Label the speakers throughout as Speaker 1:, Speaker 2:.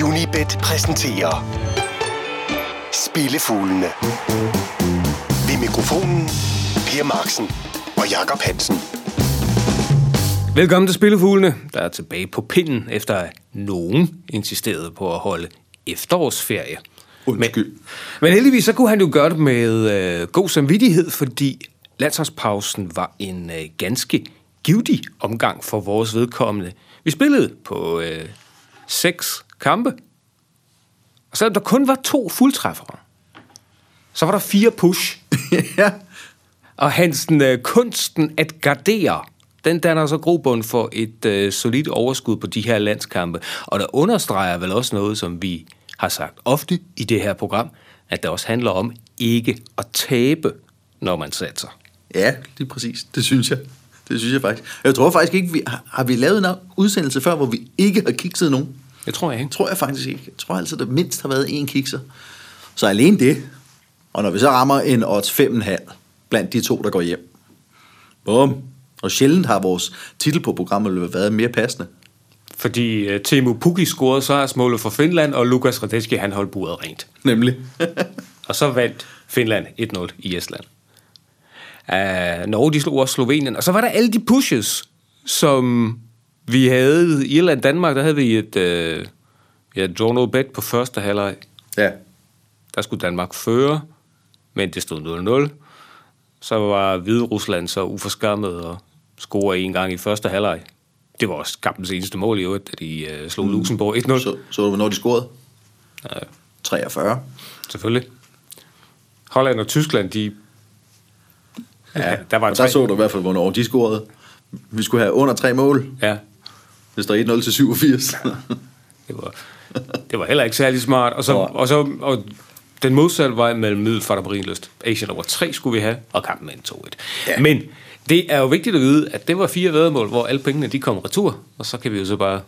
Speaker 1: Unibet præsenterer Spillefuglene. Ved mikrofonen Per Marksen og Jakob Hansen.
Speaker 2: Velkommen til Spillefuglene, der er tilbage på pinden, efter at nogen insisterede på at holde efterårsferie.
Speaker 3: Undskyld.
Speaker 2: Men heldigvis så kunne han jo gøre det med god samvittighed, fordi landsholdspausen var en ganske givtig omgang for vores vedkommende. Vi spillede på 6 kampe, og selvom der kun var 2 fuldtræffere, så var der 4 push.
Speaker 3: Ja.
Speaker 2: Og kunsten at gardere, den danner så grobund for et solidt overskud på de her landskampe. Og der understreger vel også noget, som vi har sagt ofte i det her program, at det også handler om ikke at tabe, når man satser.
Speaker 3: Ja, lige præcis. Det synes jeg. Det synes jeg faktisk. Jeg tror faktisk ikke, har vi lavet en udsendelse før, hvor vi ikke har kikset nogen?
Speaker 2: Det tror jeg ikke.
Speaker 3: Tror jeg faktisk ikke. Jeg tror altså, der mindst har været 1 kikser. Så alene det. Og når vi så rammer en odds 5,5 blandt de 2, der går hjem. Bum. Og sjældent har vores titel på programmet været mere passende.
Speaker 2: Fordi Teemu Pukki scorede sejrsmålet for Finland, og Lukas Radetzky, han holdt buret rent.
Speaker 3: Nemlig.
Speaker 2: Og så vandt Finland 1-0 i Estland. Norge, de slog også Slovenien. Og så var der alle de pushes, som vi havde i Irland, Danmark. Der havde vi et draw no bet på første halvleg.
Speaker 3: Ja.
Speaker 2: Der skulle Danmark føre, men det stod 0-0. Så var Hvide Rusland så uforskammet og scorede 1 gang i første halvleg. Det var også kampens eneste mål i øvrigt, da de slog Luxembourg 1-0.
Speaker 3: Så du, hvornår de scorede?
Speaker 2: Ja.
Speaker 3: 43.
Speaker 2: Selvfølgelig. Holland og Tyskland, de...
Speaker 3: Ja, der så du i hvert fald, hvornår de scorede. Vi skulle have under 3 mål.
Speaker 2: Ja.
Speaker 3: Det står 1-0 til 87.
Speaker 2: Det var heller ikke særlig smart. Og den modsatte vej mellem Middelfart og Marienlyst. Asian over 3 skulle vi have, og kampen med en 2-1. Ja. Men det er jo vigtigt at vide, at det var 4 væddemål, hvor alle pengene de kom retur, og så kan vi jo så bare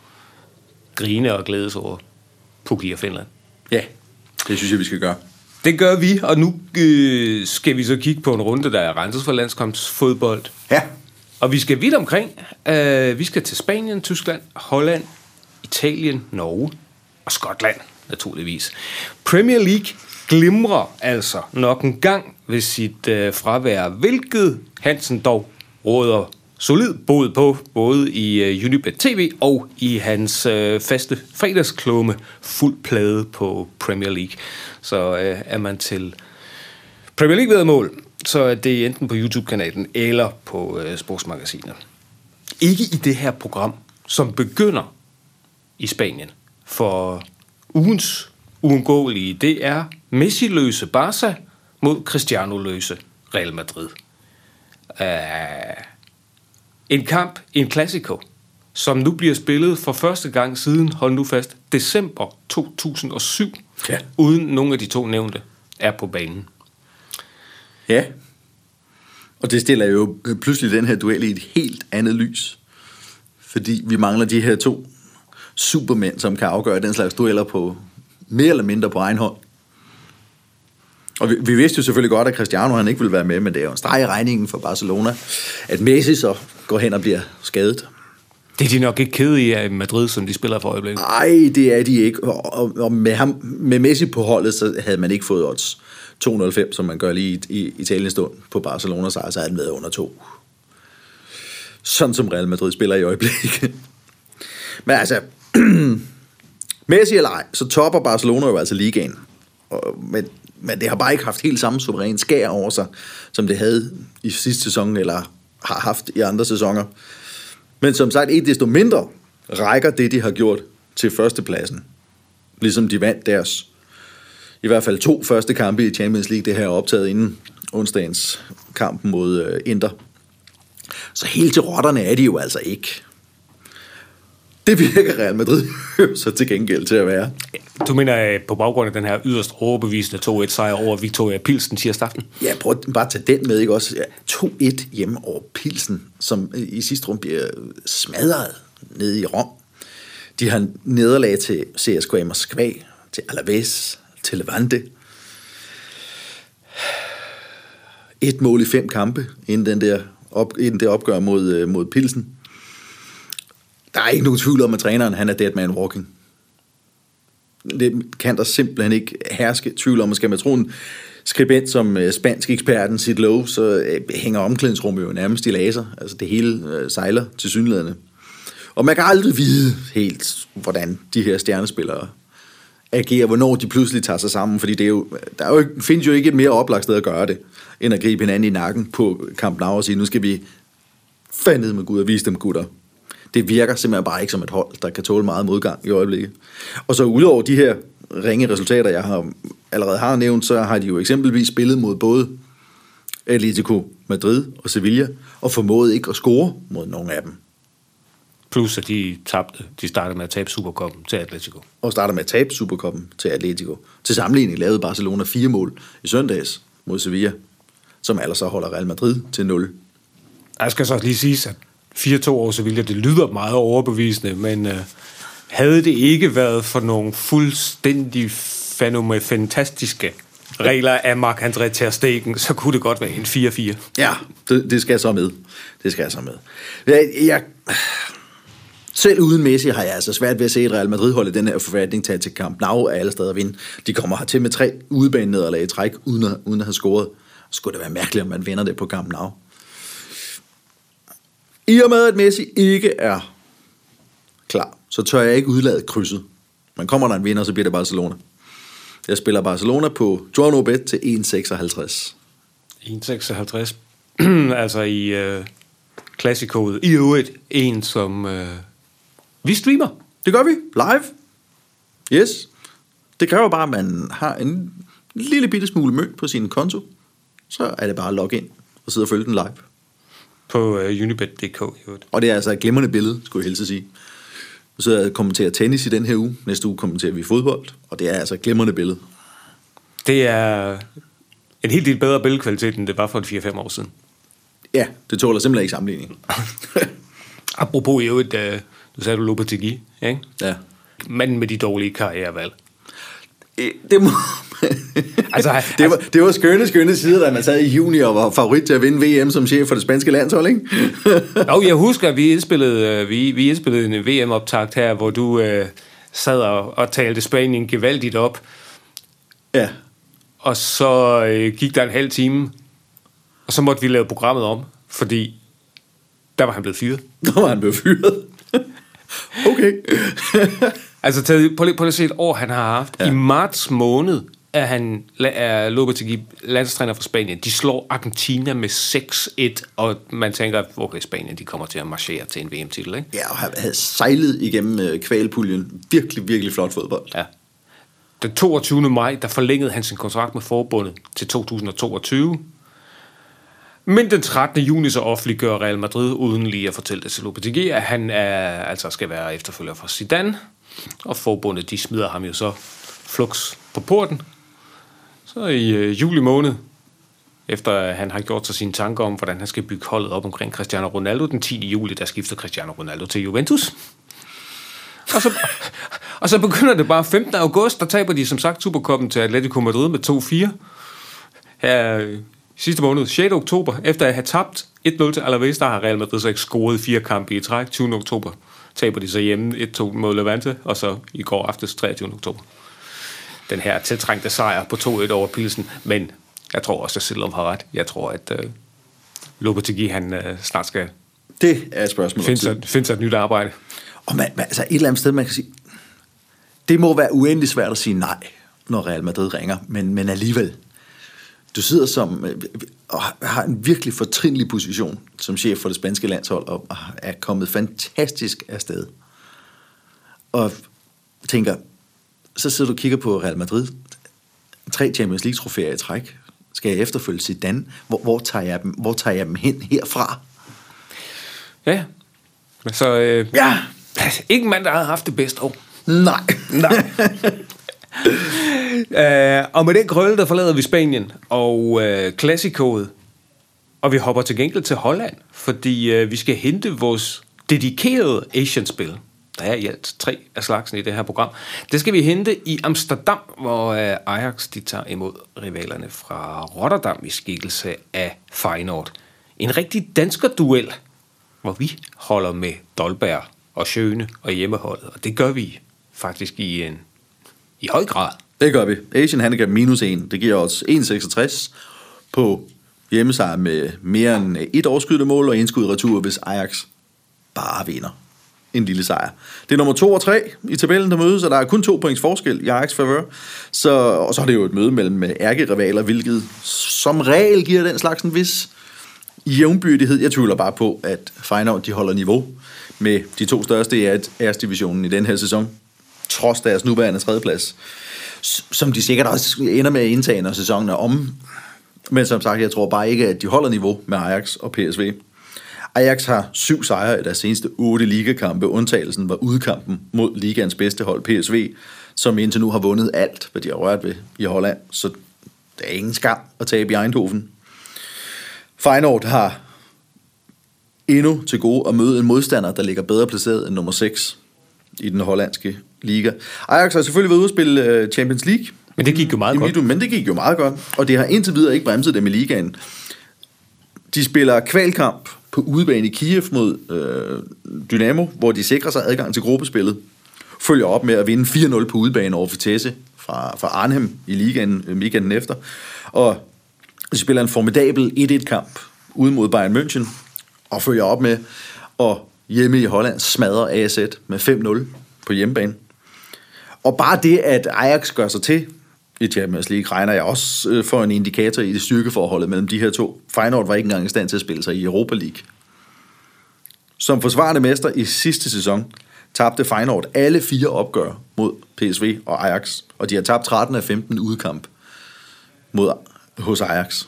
Speaker 2: grine og glædes over Pukki og Finland.
Speaker 3: Ja, det synes jeg, vi skal gøre.
Speaker 2: Det gør vi, og nu skal vi så kigge på en runde, der er renset for landskampsfodbold.
Speaker 3: Ja.
Speaker 2: Og vi skal vidt omkring. Vi skal til Spanien, Tyskland, Holland, Italien, Norge og Skotland, naturligvis. Premier League glimrer altså nok en gang ved sit fravær, hvilket Hansen dog råder solid bod på, både i Unibet TV og i hans faste fredagsklumme fuld plade på Premier League. Så er man til Premier League-væddemål, så er det enten på YouTube-kanalen eller på Sportsmagasinet. Ikke i det her program, som begynder i Spanien. For ugens uundgåelige, det er Messi-løse Barca mod Cristiano-løse Real Madrid. En kamp, en Clasico, som nu bliver spillet for første gang siden, hold nu fast, december 2007, ja. Uden nogen af de 2 nævnte er på banen.
Speaker 3: Ja, og det stiller jo pludselig den her duel i et helt andet lys, fordi vi mangler de her 2 supermænd, som kan afgøre den slags dueller på mere eller mindre på egen hånd. Og vi vidste jo selvfølgelig godt, at Cristiano han ikke ville være med, men det er jo en streg i regningen for Barcelona, at Messi så går hen og bliver skadet.
Speaker 2: Det er de nok ikke kede af Madrid, som de spiller for øjeblikket.
Speaker 3: Nej, det er de ikke. Og med Messi på holdet, så havde man ikke fået odds 2,05, som man gør lige i Italien stund på Barcelona, så havde han været under 2. Sådan som Real Madrid spiller i øjeblikket. Men altså, Messi eller ej, så topper Barcelona jo altså ligaen. Men det har bare ikke haft helt samme suveræn skær over sig, som det havde i sidste sæson, eller har haft i andre sæsoner. Men som sagt, ikke desto mindre rækker det, de har gjort til førstepladsen. Ligesom de vandt deres, i hvert fald 2 første kampe i Champions League, det her er optaget inden onsdagens kamp mod Inter. Så helt til rotterne er de jo altså ikke. Det virker Real Madrid så til gengæld til at være.
Speaker 2: Du mener på baggrund af den her yderst overbevisende 2-1-sejr over Victoria Pilsen tirsdag aften?
Speaker 3: Ja, prøv bare at tage den med, ikke også? 2-1 hjemme over Pilsen, som i sidste rum bliver smadret nede i Rom. De har nederlag til CSKA Moskva, til Alaves, til Levante. 1 mål i 5 kampe, inden det opgør mod Pilsen. Der er ikke nogen tvivl om, at træneren han er dead man walking. kan der simpelthen ikke herske tvivl om, at skal man tro en skribent som spansk eksperten Sid Lowe, så hænger omklædningsrummet jo nærmest i laser. Altså det hele sejler til synlædende. Og man kan aldrig vide helt, hvordan de her stjernespillere agerer, hvornår de pludselig tager sig sammen, fordi findes jo ikke et mere oplagt sted at gøre det, end at gribe hinanden i nakken på Camp Nou og sige, nu skal vi fandme med Gud og vise dem gutter. Det virker simpelthen bare ikke som et hold, der kan tåle meget modgang i øjeblikket. Og så udover de her ringe resultater, jeg allerede har nævnt, så har de jo eksempelvis spillet mod både Atletico Madrid og Sevilla, og formået ikke at score mod nogen af dem.
Speaker 2: Plus at de startede med at tabe Supercuppen til Atletico.
Speaker 3: Og startede med at tabe Supercuppen til Atletico. Til sammenligning lavede Barcelona 4 mål i søndags mod Sevilla, som ellers så holder Real Madrid til 0.
Speaker 2: Jeg skal så lige sige, at 4-2 over Sevilla, det lyder meget overbevisende, men havde det ikke været for nogle fuldstændig fantastiske regler af Marc-André ter Stegen, så kunne det godt være en 4-4.
Speaker 3: Ja, det skal jeg så med. Det skal jeg så med. Selv uden Messi har jeg altså svært ved at se et Real Madrid-hold i den her forfatning tage til Camp Nou af alle steder at vinde. De kommer hertil med 3 udebanenederlag i træk, uden at have scoret. Skulle det være mærkeligt, om man vinder det på Camp Nou. I og med, at Messi ikke er klar, så tør jeg ikke udlade krydset. Men kommer der en vinder, så bliver det Barcelona. Jeg spiller Barcelona på DrawnObet til 1,56.
Speaker 2: 1,56. Altså i klassikodet. I øvrigt en, som vi streamer.
Speaker 3: Det gør vi live. Yes. Det kræver bare, at man har en lille bitte smule mønt på sin konto. Så er det bare at logge ind og sidde og følge den live.
Speaker 2: På unibet.dk.
Speaker 3: Og det er altså et glimrende billede, skulle jeg helst sige. Så jeg kommenterer tennis i den her uge. Næste uge kommenterer vi fodbold. Og det er altså et glimrende billede.
Speaker 2: Det er en helt del bedre billedkvalitet, end det var for 4-5 år siden.
Speaker 3: Ja, det tåler simpelthen ikke sammenligning.
Speaker 2: Apropos jo du sagde du Lopetegui, ikke?
Speaker 3: Ja.
Speaker 2: Manden med de dårlige karrierevalg.
Speaker 3: Det må... det var skønne sider, da man sad i juni og var favorit til at vinde VM som chef for det spanske landshold, ikke?
Speaker 2: Jo, jeg husker, at vi indspillede en VM-optakt her, hvor du sad og talte Spanien gevaldigt op.
Speaker 3: Ja.
Speaker 2: Og så gik der en halv time, og så måtte vi lave programmet om, fordi der var han blevet fyret. Okay. Altså, prøv at se et år, han har haft. Ja. I marts måned er Lopetegui landstræner for Spanien. De slår Argentina med 6-1, og man tænker, okay, Spanien, de kommer til at marchere til en VM-titel, ikke?
Speaker 3: Ja, og havde sejlet igennem kvalpuljen. Virkelig, virkelig flot fodbold.
Speaker 2: Ja. Den 22. maj, der forlængede han sin kontrakt med forbundet til 2022. Men den 13. juni så offentliggør Real Madrid, uden lige at fortælle det til Lopetegui, at han skal være efterfølger for Zidane. Og forbundet, de smider ham jo så flux på porten. Så i juli måned, efter han har gjort sig sine tanker om, hvordan han skal bygge holdet op omkring Cristiano Ronaldo, den 10. juli, der skifter Cristiano Ronaldo til Juventus. Og så begynder det bare 15. august, der taber de som sagt Supercuppen til Atletico Madrid med 2-4. Her sidste måned, 6. oktober, efter at have tabt 1-0 til Alaves, der har Real Madrid så ikke scoret 4 kampe i træk. 20. oktober taber de så hjemme 1-2 mod Levante, og så i går aftes 23. oktober. Den her tiltrængte sejr på 2-1 over Pilsen, men jeg tror også, at Silom har ret. Jeg tror, at Lopetegui, han snart skal
Speaker 3: det er et spørgsmål
Speaker 2: finde sig et nyt arbejde. Og
Speaker 3: altså et eller andet sted, man kan sige, det må være uendelig svært at sige nej, når Real Madrid ringer, men alligevel, du sidder som og har en virkelig fortrinlig position som chef for det spanske landshold, og er kommet fantastisk afsted. Og tænker, så sidder du og kigger på Real Madrid, 3 Champions League-trofæer i træk, skal jeg efterfølge Zidane, hvor tager jeg dem hen herfra?
Speaker 2: Ja, så ikke mand, der har haft det bedste år.
Speaker 3: Nej.
Speaker 2: Og med den krølle, der forlader vi Spanien og klassikoet, og vi hopper til gengæld til Holland, fordi vi skal hente vores dedikerede Asian-spil. Der er i alt 3 af slagsen i det her program. Det skal vi hente i Amsterdam, hvor Ajax de tager imod rivalerne fra Rotterdam i skikkelse af Feyenoord. En rigtig dansker-duel, hvor vi holder med Dolberg og Schöne og hjemmeholdet, og det gør vi faktisk i I høj grad.
Speaker 3: Det gør vi. Asian Handicap -1. Det giver os 1,66 på hjemmesejr med mere end et overskydende mål og indskud retur, hvis Ajax bare vinder. En lille sejr. Det er nummer 2 og 3 i tabellen, der mødes, og der er kun 2 points forskel i Ajax favør. Og så er det jo et møde mellem ærkerivaler, hvilket som regel giver den slags en vis jævnbyrdighed. Jeg tvivler bare på, at Feyenoord de holder niveau med de 2 største i æresdivisionen i den her sæson, trods deres nuværende tredjeplads, som de sikkert også ender med at indtage, når sæsonen er om. Men som sagt, jeg tror bare ikke, at de holder niveau med Ajax og PSV. Ajax har 7 sejre i deres seneste 8 ligakampe. Undtagelsen var udkampen mod ligaens bedste hold, PSV, som indtil nu har vundet alt, hvad de har rørt ved i Holland. Så der er ingen skam at tabe i Eindhoven. Feyenoord har endnu til gode at møde en modstander, der ligger bedre placeret end nummer 6 i den hollandske liga. Ajax har selvfølgelig været ude at spille Champions League.
Speaker 2: Men det gik jo meget godt.
Speaker 3: Men det gik jo meget godt, og det har indtil videre ikke bremset dem i ligaen. De spiller kvalkamp på udebane i Kiev mod Dynamo, hvor de sikrer sig adgang til gruppespillet. Følger op med at vinde 4-0 på udebane over Vitesse fra Arnhem i ligaen weekenden efter. Og de spiller en formidabel 1-1-kamp ude mod Bayern München, og følger op med at hjemme i Holland smadrer AZ med 5-0 på hjemmebane. Og bare det, at Ajax gør sig til i Champions League, regner jeg også for en indikator i det styrkeforholdet mellem de her to. Feyenoord var ikke engang i stand til at spille sig i Europa League. Som forsvarende mester i sidste sæson tabte Feyenoord alle 4 opgør mod PSV og Ajax, og de har tabt 13 af 15 udkamp hos Ajax.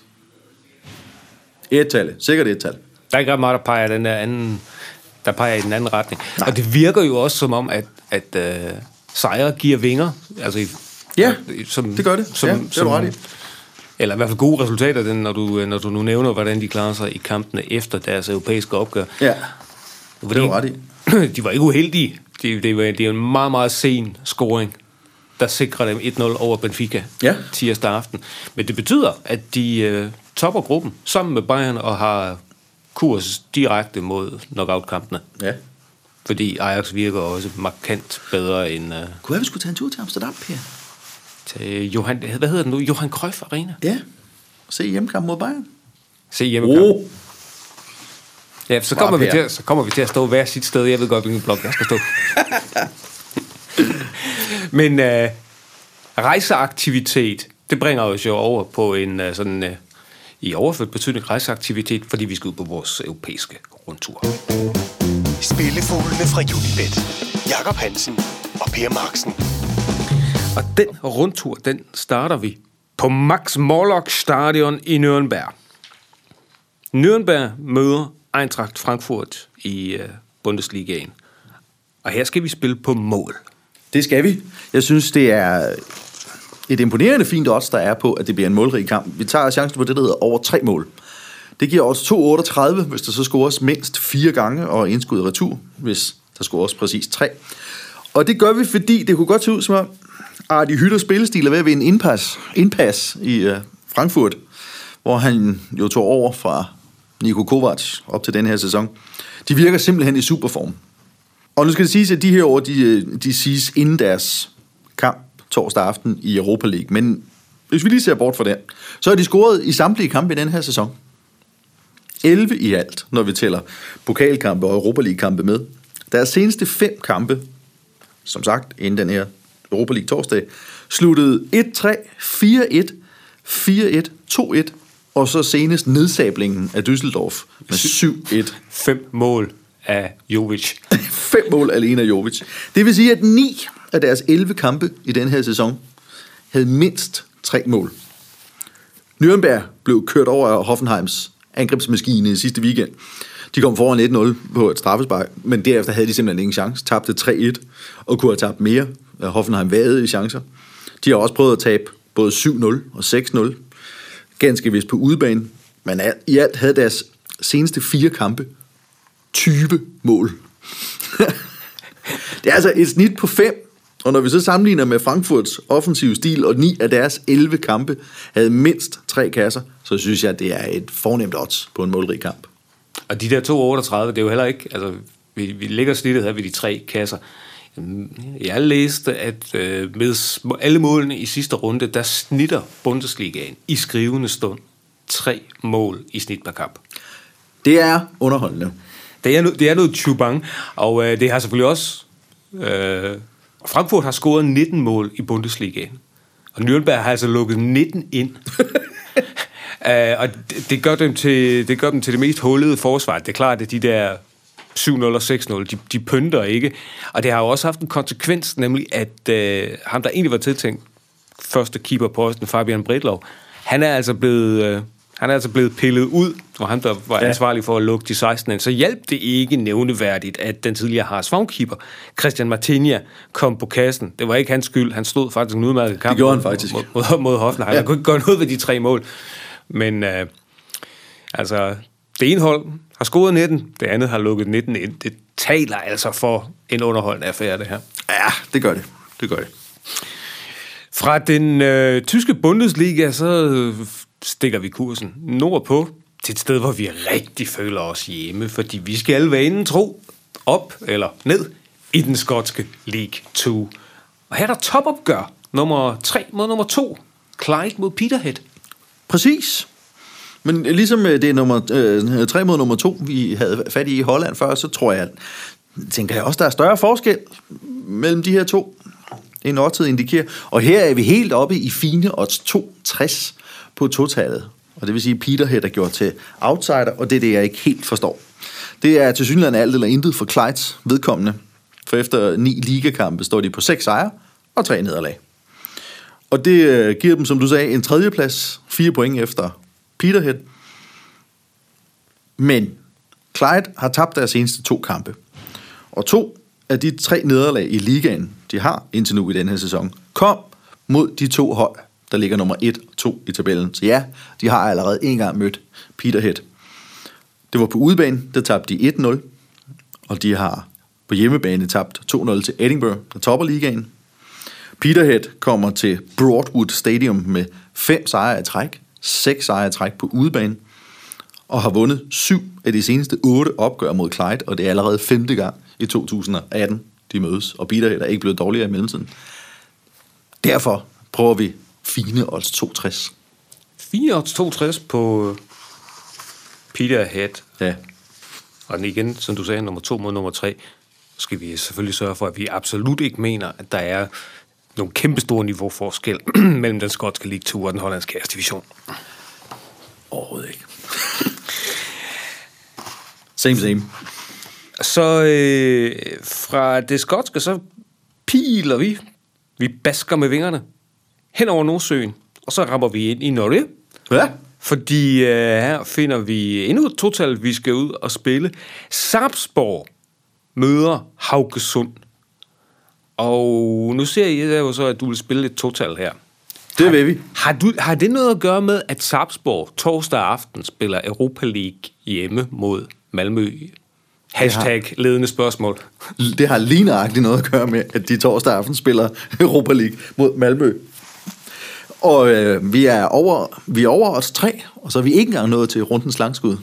Speaker 3: Sikkert et tal.
Speaker 2: Der er ikke ret meget, der peger i den anden retning. Nej. Og det virker jo også som om, at sejre giver vinger. Altså
Speaker 3: det gør det. Det er du ret i.
Speaker 2: Eller i hvert fald gode resultater, når du nu nævner, hvordan de klarer sig i kampene efter deres europæiske opgør.
Speaker 3: Ja, det er du ret i.
Speaker 2: De var ikke uheldige. Det er en meget, meget sen scoring, der sikrer dem 1-0 over Benfica tirsdag aften. Men det betyder, at de topper gruppen sammen med Bayern og har kurs direkte mod knockout-kampene. Ja. Fordi Ajax virker også markant bedre end...
Speaker 3: Kunne vi skulle tage en tur til Amsterdam, Per?
Speaker 2: Til hvad hedder den nu? Johan Cruyff Arena?
Speaker 3: Ja. Se hjemmekamp mod Bayern.
Speaker 2: Se hjemmekamp. Ja, så kommer vi til at stå hver sit sted. Jeg ved godt, hvilken blok jeg skal stå. Men rejseaktivitet, det bringer os jo over på en i overført betydning rejseaktivitet, fordi vi skal ud på vores europæiske rundtur.
Speaker 1: Spillefuglene fra Unibet. Jakob Hansen og Per Marksen.
Speaker 2: Og den rundtur, den starter vi på Max Morlock Stadion i Nürnberg. Nürnberg møder Eintracht Frankfurt i Bundesligaen. Og her skal vi spille på mål. Det skal vi.
Speaker 3: Jeg synes, det er et imponerende fint odds, der er på, at det bliver en målrig kamp. Vi tager chancen på det, der hedder over 3 mål. Det giver os 2,38, hvis der så scores mindst 4 gange, og indskud retur, hvis der scores præcis 3. Og det gør vi, fordi det kunne godt se ud som om, Adi Hütters spillestil er ved at vinde indpas i Frankfurt, hvor han jo tog over fra Niko Kovac op til den her sæson. De virker simpelthen i superform. Og nu skal det siges, at de her år, de siges inden deres kamp torsdag aften i Europa League. Men hvis vi lige ser bort fra det, så har de scoret i samtlige kampe i den her sæson. 11 i alt, når vi tæller pokalkampe og Europa League-kampe med. Deres seneste 5 kampe, som sagt, inden den her Europa League torsdag, sluttede 1-3, 4-1, 4-1, 2-1, og så senest nedsablingen af Düsseldorf med 7-1.
Speaker 2: 5 mål af Jovic.
Speaker 3: 5 mål alene af Jovic. Det vil sige, at 9 af deres 11 kampe i den her sæson havde mindst 3 mål. Nürnberg blev kørt over af Hoffenheims angrebsmaskine i sidste weekend. De kom foran 1-0 på et straffespark, men derefter havde de simpelthen ingen chance. Tabte 3-1 og kunne have tabt mere. Hoffenheim vadede i chancer. De har også prøvet at tabe både 7-0 og 6-0. Ganske vist på udebane, men i alt havde deres seneste 4 kampe 20 mål. Det er altså et snit på 5, og når vi så sammenligner med Frankfurts offensive stil, og 9 af deres 11 kampe havde mindst 3 kasser, så synes jeg, at det er et fornemt odds på en målrig kamp.
Speaker 2: Og de der 2,38, det er jo heller ikke, altså vi ligger snittet her ved de 3 kasser. Jeg læste, at med alle målene i sidste runde, der snitter Bundesligaen i skrivende stund 3 mål i snit per kamp.
Speaker 3: Det er underholdende.
Speaker 2: Det er noget tjubang, og det har selvfølgelig også... Frankfurt har scoret 19 mål i Bundesligaen, og Nürnberg har altså lukket 19 ind. Og det gør dem til det mest hullede forsvar. Det er klart, at de der 7-0 og 6-0, de pynter ikke. Og det har jo også haft en konsekvens, nemlig at ham, der egentlig var tiltænkt første keeperposten, Fabian Bredlow, han er altså blevet pillet ud, og han der var ansvarlig for at lukke de 16 ind. Så hjalp det ikke nævneværdigt, at den tidligere Haas-keeper, Christian Martinia, kom på kassen. Det var ikke hans skyld. Han stod faktisk en udmærket kamp mod Hoffenheim. Han kunne ikke gøre noget ved de 3 mål. Men altså, det ene hold har scoret 19, det andet har lukket 19 ind. Det taler altså for en underholdende affære, det her.
Speaker 3: Ja, det gør det. Det gør det.
Speaker 2: Fra den tyske Bundesliga, så stikker vi kursen nordpå til et sted, hvor vi rigtig føler os hjemme, fordi vi skal vanen tro op eller ned i den skotske League 2. Og her er der topopgør, nummer 3 mod nummer 2, Clyde mod Peterhead.
Speaker 3: Præcis. Men ligesom det er nummer 3 mod nummer 2, vi havde fat i Holland før, så tænker jeg også, der er større forskel mellem de her to, end oddset indikerer. Og her er vi helt oppe i fine odds 2,60 på totallet. Og det vil sige, at Peterhead er gjort til outsider, og det er det, jeg ikke helt forstår. Det er tilsyneladende alt eller intet for Clydes vedkommende. For efter 9 ligakampe står de på 6 sejre og 3 nederlag. Og det giver dem, som du sagde, en 3. plads, 4 point efter Peterhead. Men Clyde har tabt deres seneste 2 kampe. Og 2 af de 3 nederlag i ligaen, de har indtil nu i den her sæson, kom mod de 2 hold, der ligger nummer 1 og 2 i tabellen. Så ja, de har allerede en gang mødt Peterhead. Det var på udebane, der tabte de 1-0, og de har på hjemmebane tabt 2-0 til Edinburgh, der topper ligaen. Peterhead kommer til Broadwood Stadium med 5 sejre i træk, 6 sejre i træk på udebane, og har vundet 7 af de seneste 8 opgør mod Clyde, og det er allerede 5. gang i 2018, de mødes, og Peterhead er ikke blevet dårligere i mellemtiden. Derfor prøver vi fine odds 2,60.
Speaker 2: Fine odds 2,60 på Peterhead.
Speaker 3: Ja.
Speaker 2: Og den igen, som du sagde, nummer 2 mod nummer 3, skal vi selvfølgelig sørge for, at vi absolut ikke mener, at der er nogle kæmpestore niveauforskel mellem den skotske League 2 og den hollandske Eerste Division.
Speaker 3: Overhovedet ikke. Same.
Speaker 2: Så fra det skotske, så piler vi. Vi basker med vingerne hen over Nordsøen, og så rammer vi ind i Norge.
Speaker 3: Ja.
Speaker 2: Fordi her finder vi endnu et total, vi skal ud og spille. Sarpsborg møder Haugesund. Og nu ser jeg jo så, at du vil spille et total her.
Speaker 3: Det vil vi.
Speaker 2: Har det noget at gøre med, at Sarpsborg torsdag aften spiller Europa League hjemme mod Malmø? Hashtag ledende spørgsmål.
Speaker 3: Det har lige nøjagtigt noget at gøre med, at de torsdag aften spiller Europa League mod Malmø. Og vi er over os 3, og så er vi ikke engang nået til rundens langskud.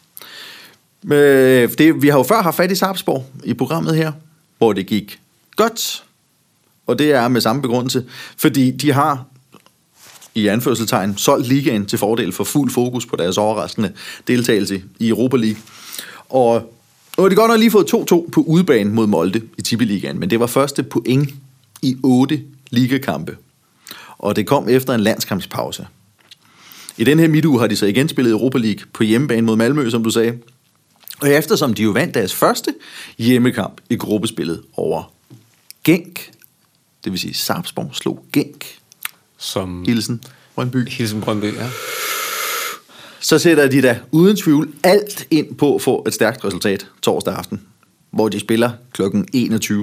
Speaker 3: Vi har jo før haft fat i Sarpsborg i programmet her, hvor det gik godt, og det er med samme begrundelse, fordi de har i anførselstegn solgt ligaen til fordel for fuld fokus på deres overraskende deltagelse i Europa League. Og de godt nok lige fået 2-2 på udebane mod Molde i Tippeligaen, men det var første point i 8 ligakampe. Og det kom efter en landskampspause. I den her midtuge har de så igen spillet Europa League på hjemmebane mod Malmø, som du sagde. Og eftersom de jo vandt deres første hjemmekamp i gruppespillet over Genk, det vil sige Sarpsborg slog Genk,
Speaker 2: som
Speaker 3: Hilsen
Speaker 2: Brøndby, ja.
Speaker 3: Så sætter de da uden tvivl alt ind på at få et stærkt resultat torsdag aften, hvor de spiller kl. 21.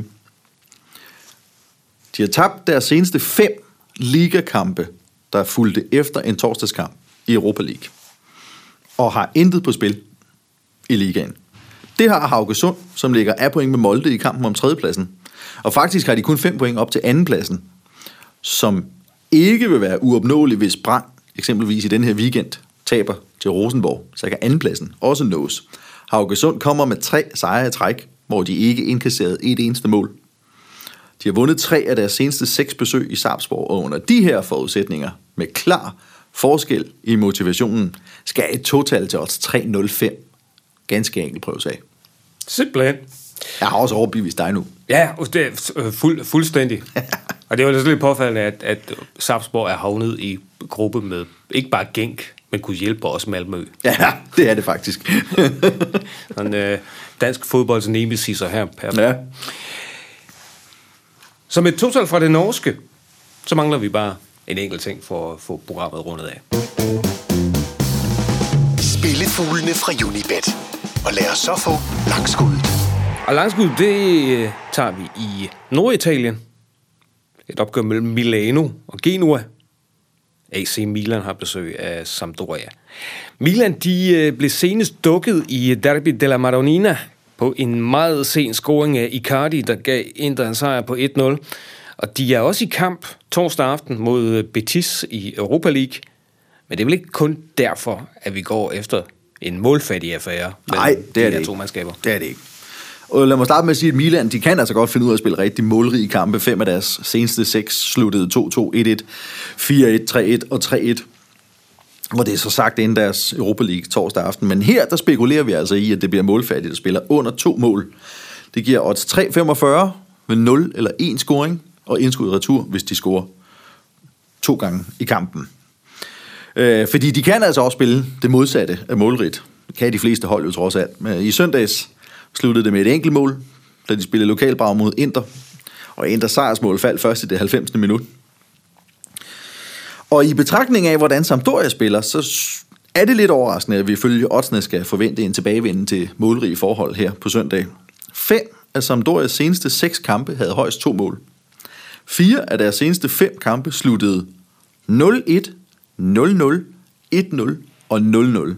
Speaker 3: De har tabt deres seneste 5 ligakampe, der fulgte efter en torsdagskamp i Europa League, og har intet på spil i ligaen. Det har Haugesund, som ligger af point med Molde i kampen om 3. pladsen. Og faktisk har de kun 5 point op til 2. pladsen, som ikke vil være uopnåelig, hvis Brand eksempelvis i den her weekend taber til Rosenborg, så kan 2. pladsen også nås. Haugesund kommer med 3 sejre i træk, hvor de ikke indkasserede et eneste mål. De har vundet 3 af deres seneste 6 besøg i Sarpsborg, og under de her forudsætninger, med klar forskel i motivationen, skal et total til odds 3,05 ganske enkelt prøves af.
Speaker 2: Simpelthen.
Speaker 3: Jeg har også overbevist dig nu.
Speaker 2: Ja, det er fuldstændig. Og det var lidt påfaldende, at Sarpsborg er havnet i gruppe med ikke bare Genk, men kunne hjælpe også Malmø.
Speaker 3: Ja, det er det faktisk.
Speaker 2: Sådan dansk fodbolds nemesiser her.
Speaker 3: Ja.
Speaker 2: Som et total fra det norske, så mangler vi bare en enkelt ting for at få programmet rundet af.
Speaker 1: Spillefuglene fra Unibet. Og lad os så få langskuddet.
Speaker 2: Og langskuddet, det tager vi i Norditalien. Et opgør mellem Milano og Genua. AC Milan har besøg af Sampdoria. Milan, de blev senest dukket i Derby della Madonnina på en meget sen scoring af Icardi, der gav Inter en sejr på 1-0. Og de er også i kamp torsdag aften mod Betis i Europa League. Men det er vel ikke kun derfor, at vi går efter en målfattig affære.
Speaker 3: Nej, det er det ikke. Det er det ikke. Og lad mig starte med at sige, at Milan, de kan altså godt finde ud af at spille rigtig målrige kampe. 5 af deres seneste 6 sluttede 2-2, 1-1, 4-1, 3-1 og 3-1. Og det er så sagt inden deres Europa League torsdag aften. Men her, der spekulerer vi altså i, at det bliver målfattigt at spille under 2 mål. Det giver odds 3,45 med 0 eller 1 scoring, og indskud retur, hvis de scorer 2 gange i kampen. Fordi de kan altså også spille det modsatte af målrigt. Det kan de fleste hold jo trods alt. Men i søndags sluttede det med et enkelt mål, da de spillede lokalbrag mod Inter. Og Inters sejrsmål faldt først i det 90. minut. Og i betragtning af, hvordan Sampdoria spiller, så er det lidt overraskende, at vi ifølge oddsene skal forvente en tilbagevenden til målrige forhold her på søndag. 5 af Sampdorias seneste 6 kampe havde højst 2 mål. 4 af deres seneste 5 kampe sluttede 0-1, 0-0, 1-0 og 0-0.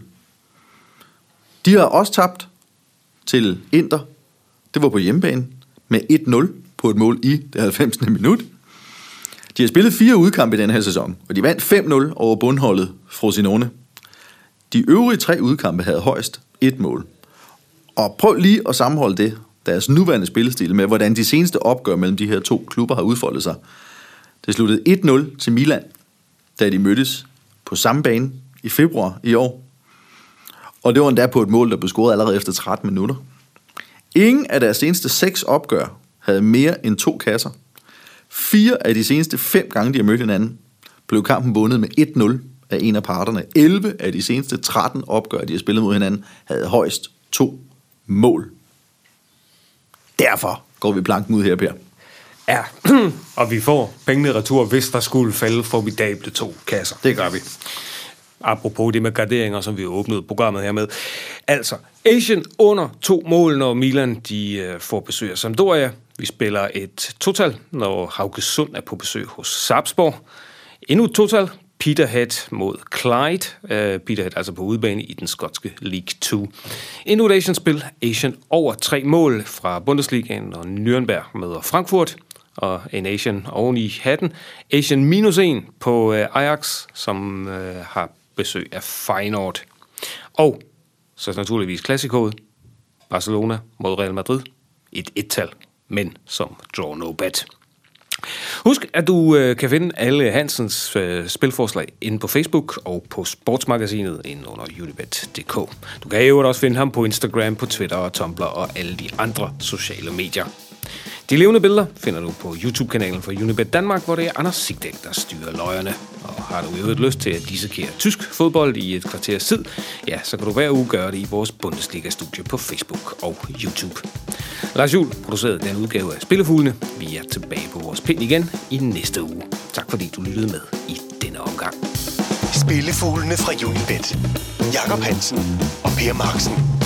Speaker 3: De har også tabt til Inter. Det var på hjemmebane med 1-0 på et mål i det 90. minut. De har spillet 4 udkampe i den her sæson, og de vandt 5-0 over bundholdet Frosinone. De øvrige 3 udkampe havde højst 1 mål. Og prøv lige at sammenholde det, deres nuværende spillestil, med hvordan de seneste opgør mellem de her 2 klubber har udfoldet sig. Det sluttede 1-0 til Milan, da de mødtes på samme bane i februar i år. Og det var endda på et mål, der blev scoret allerede efter 13 minutter. Ingen af deres seneste 6 opgør havde mere end 2 kasser. 4 af de seneste 5 gange, de har mødt hinanden, blev kampen vundet med 1-0 af en af parterne. 11 af de seneste 13 opgør, de har spillet mod hinanden, havde højst 2 mål. Derfor går vi planken ud her, Per.
Speaker 2: Ja, og vi får pengene retur, hvis der skulle falde formidable 2 kasser.
Speaker 3: Det gør vi.
Speaker 2: Apropos det med garderinger, som vi har åbnet programmet her med. Altså, Asian under 2 mål, når Milan de får besøg af Sampdoria. Vi spiller et total, når Haugesund er på besøg hos Sarpsborg. Endnu et total. Peterhead mod Clyde. Peterhead altså på udebane i den skotske League 2. Endnu et Asian-spil. Asian over 3 mål fra Bundesligaen, og Nürnberg møder Frankfurt. Og en Asian oven i hatten. Asian minus 1 på Ajax, som har besøg af Feyenoord. Og så naturligvis klassikoet. Barcelona mod Real Madrid. Et ettal, men som draw no bet. Husk, at du kan finde alle Hansens spilforslag inde på Facebook og på Sportsmagasinet inde under unibet.dk. Du kan jo også finde ham på Instagram, på Twitter og Tumblr og alle de andre sociale medier. De levende billeder finder du på YouTube-kanalen for Unibet Danmark, hvor det er Anders Sigdal, der styrer løjerne. Og har du jo lyst til at dissekere tysk fodbold i et kvarters tid, ja, så kan du hver uge gøre det i vores Bundesliga-studie på Facebook og YouTube. Lars Juhl producerede den udgave af Spillefuglene. Vi er tilbage på vores pind igen i næste uge. Tak fordi du lyttede med i denne omgang.
Speaker 1: Spillefuglene fra Unibet. Jakob Hansen og Per Marksen.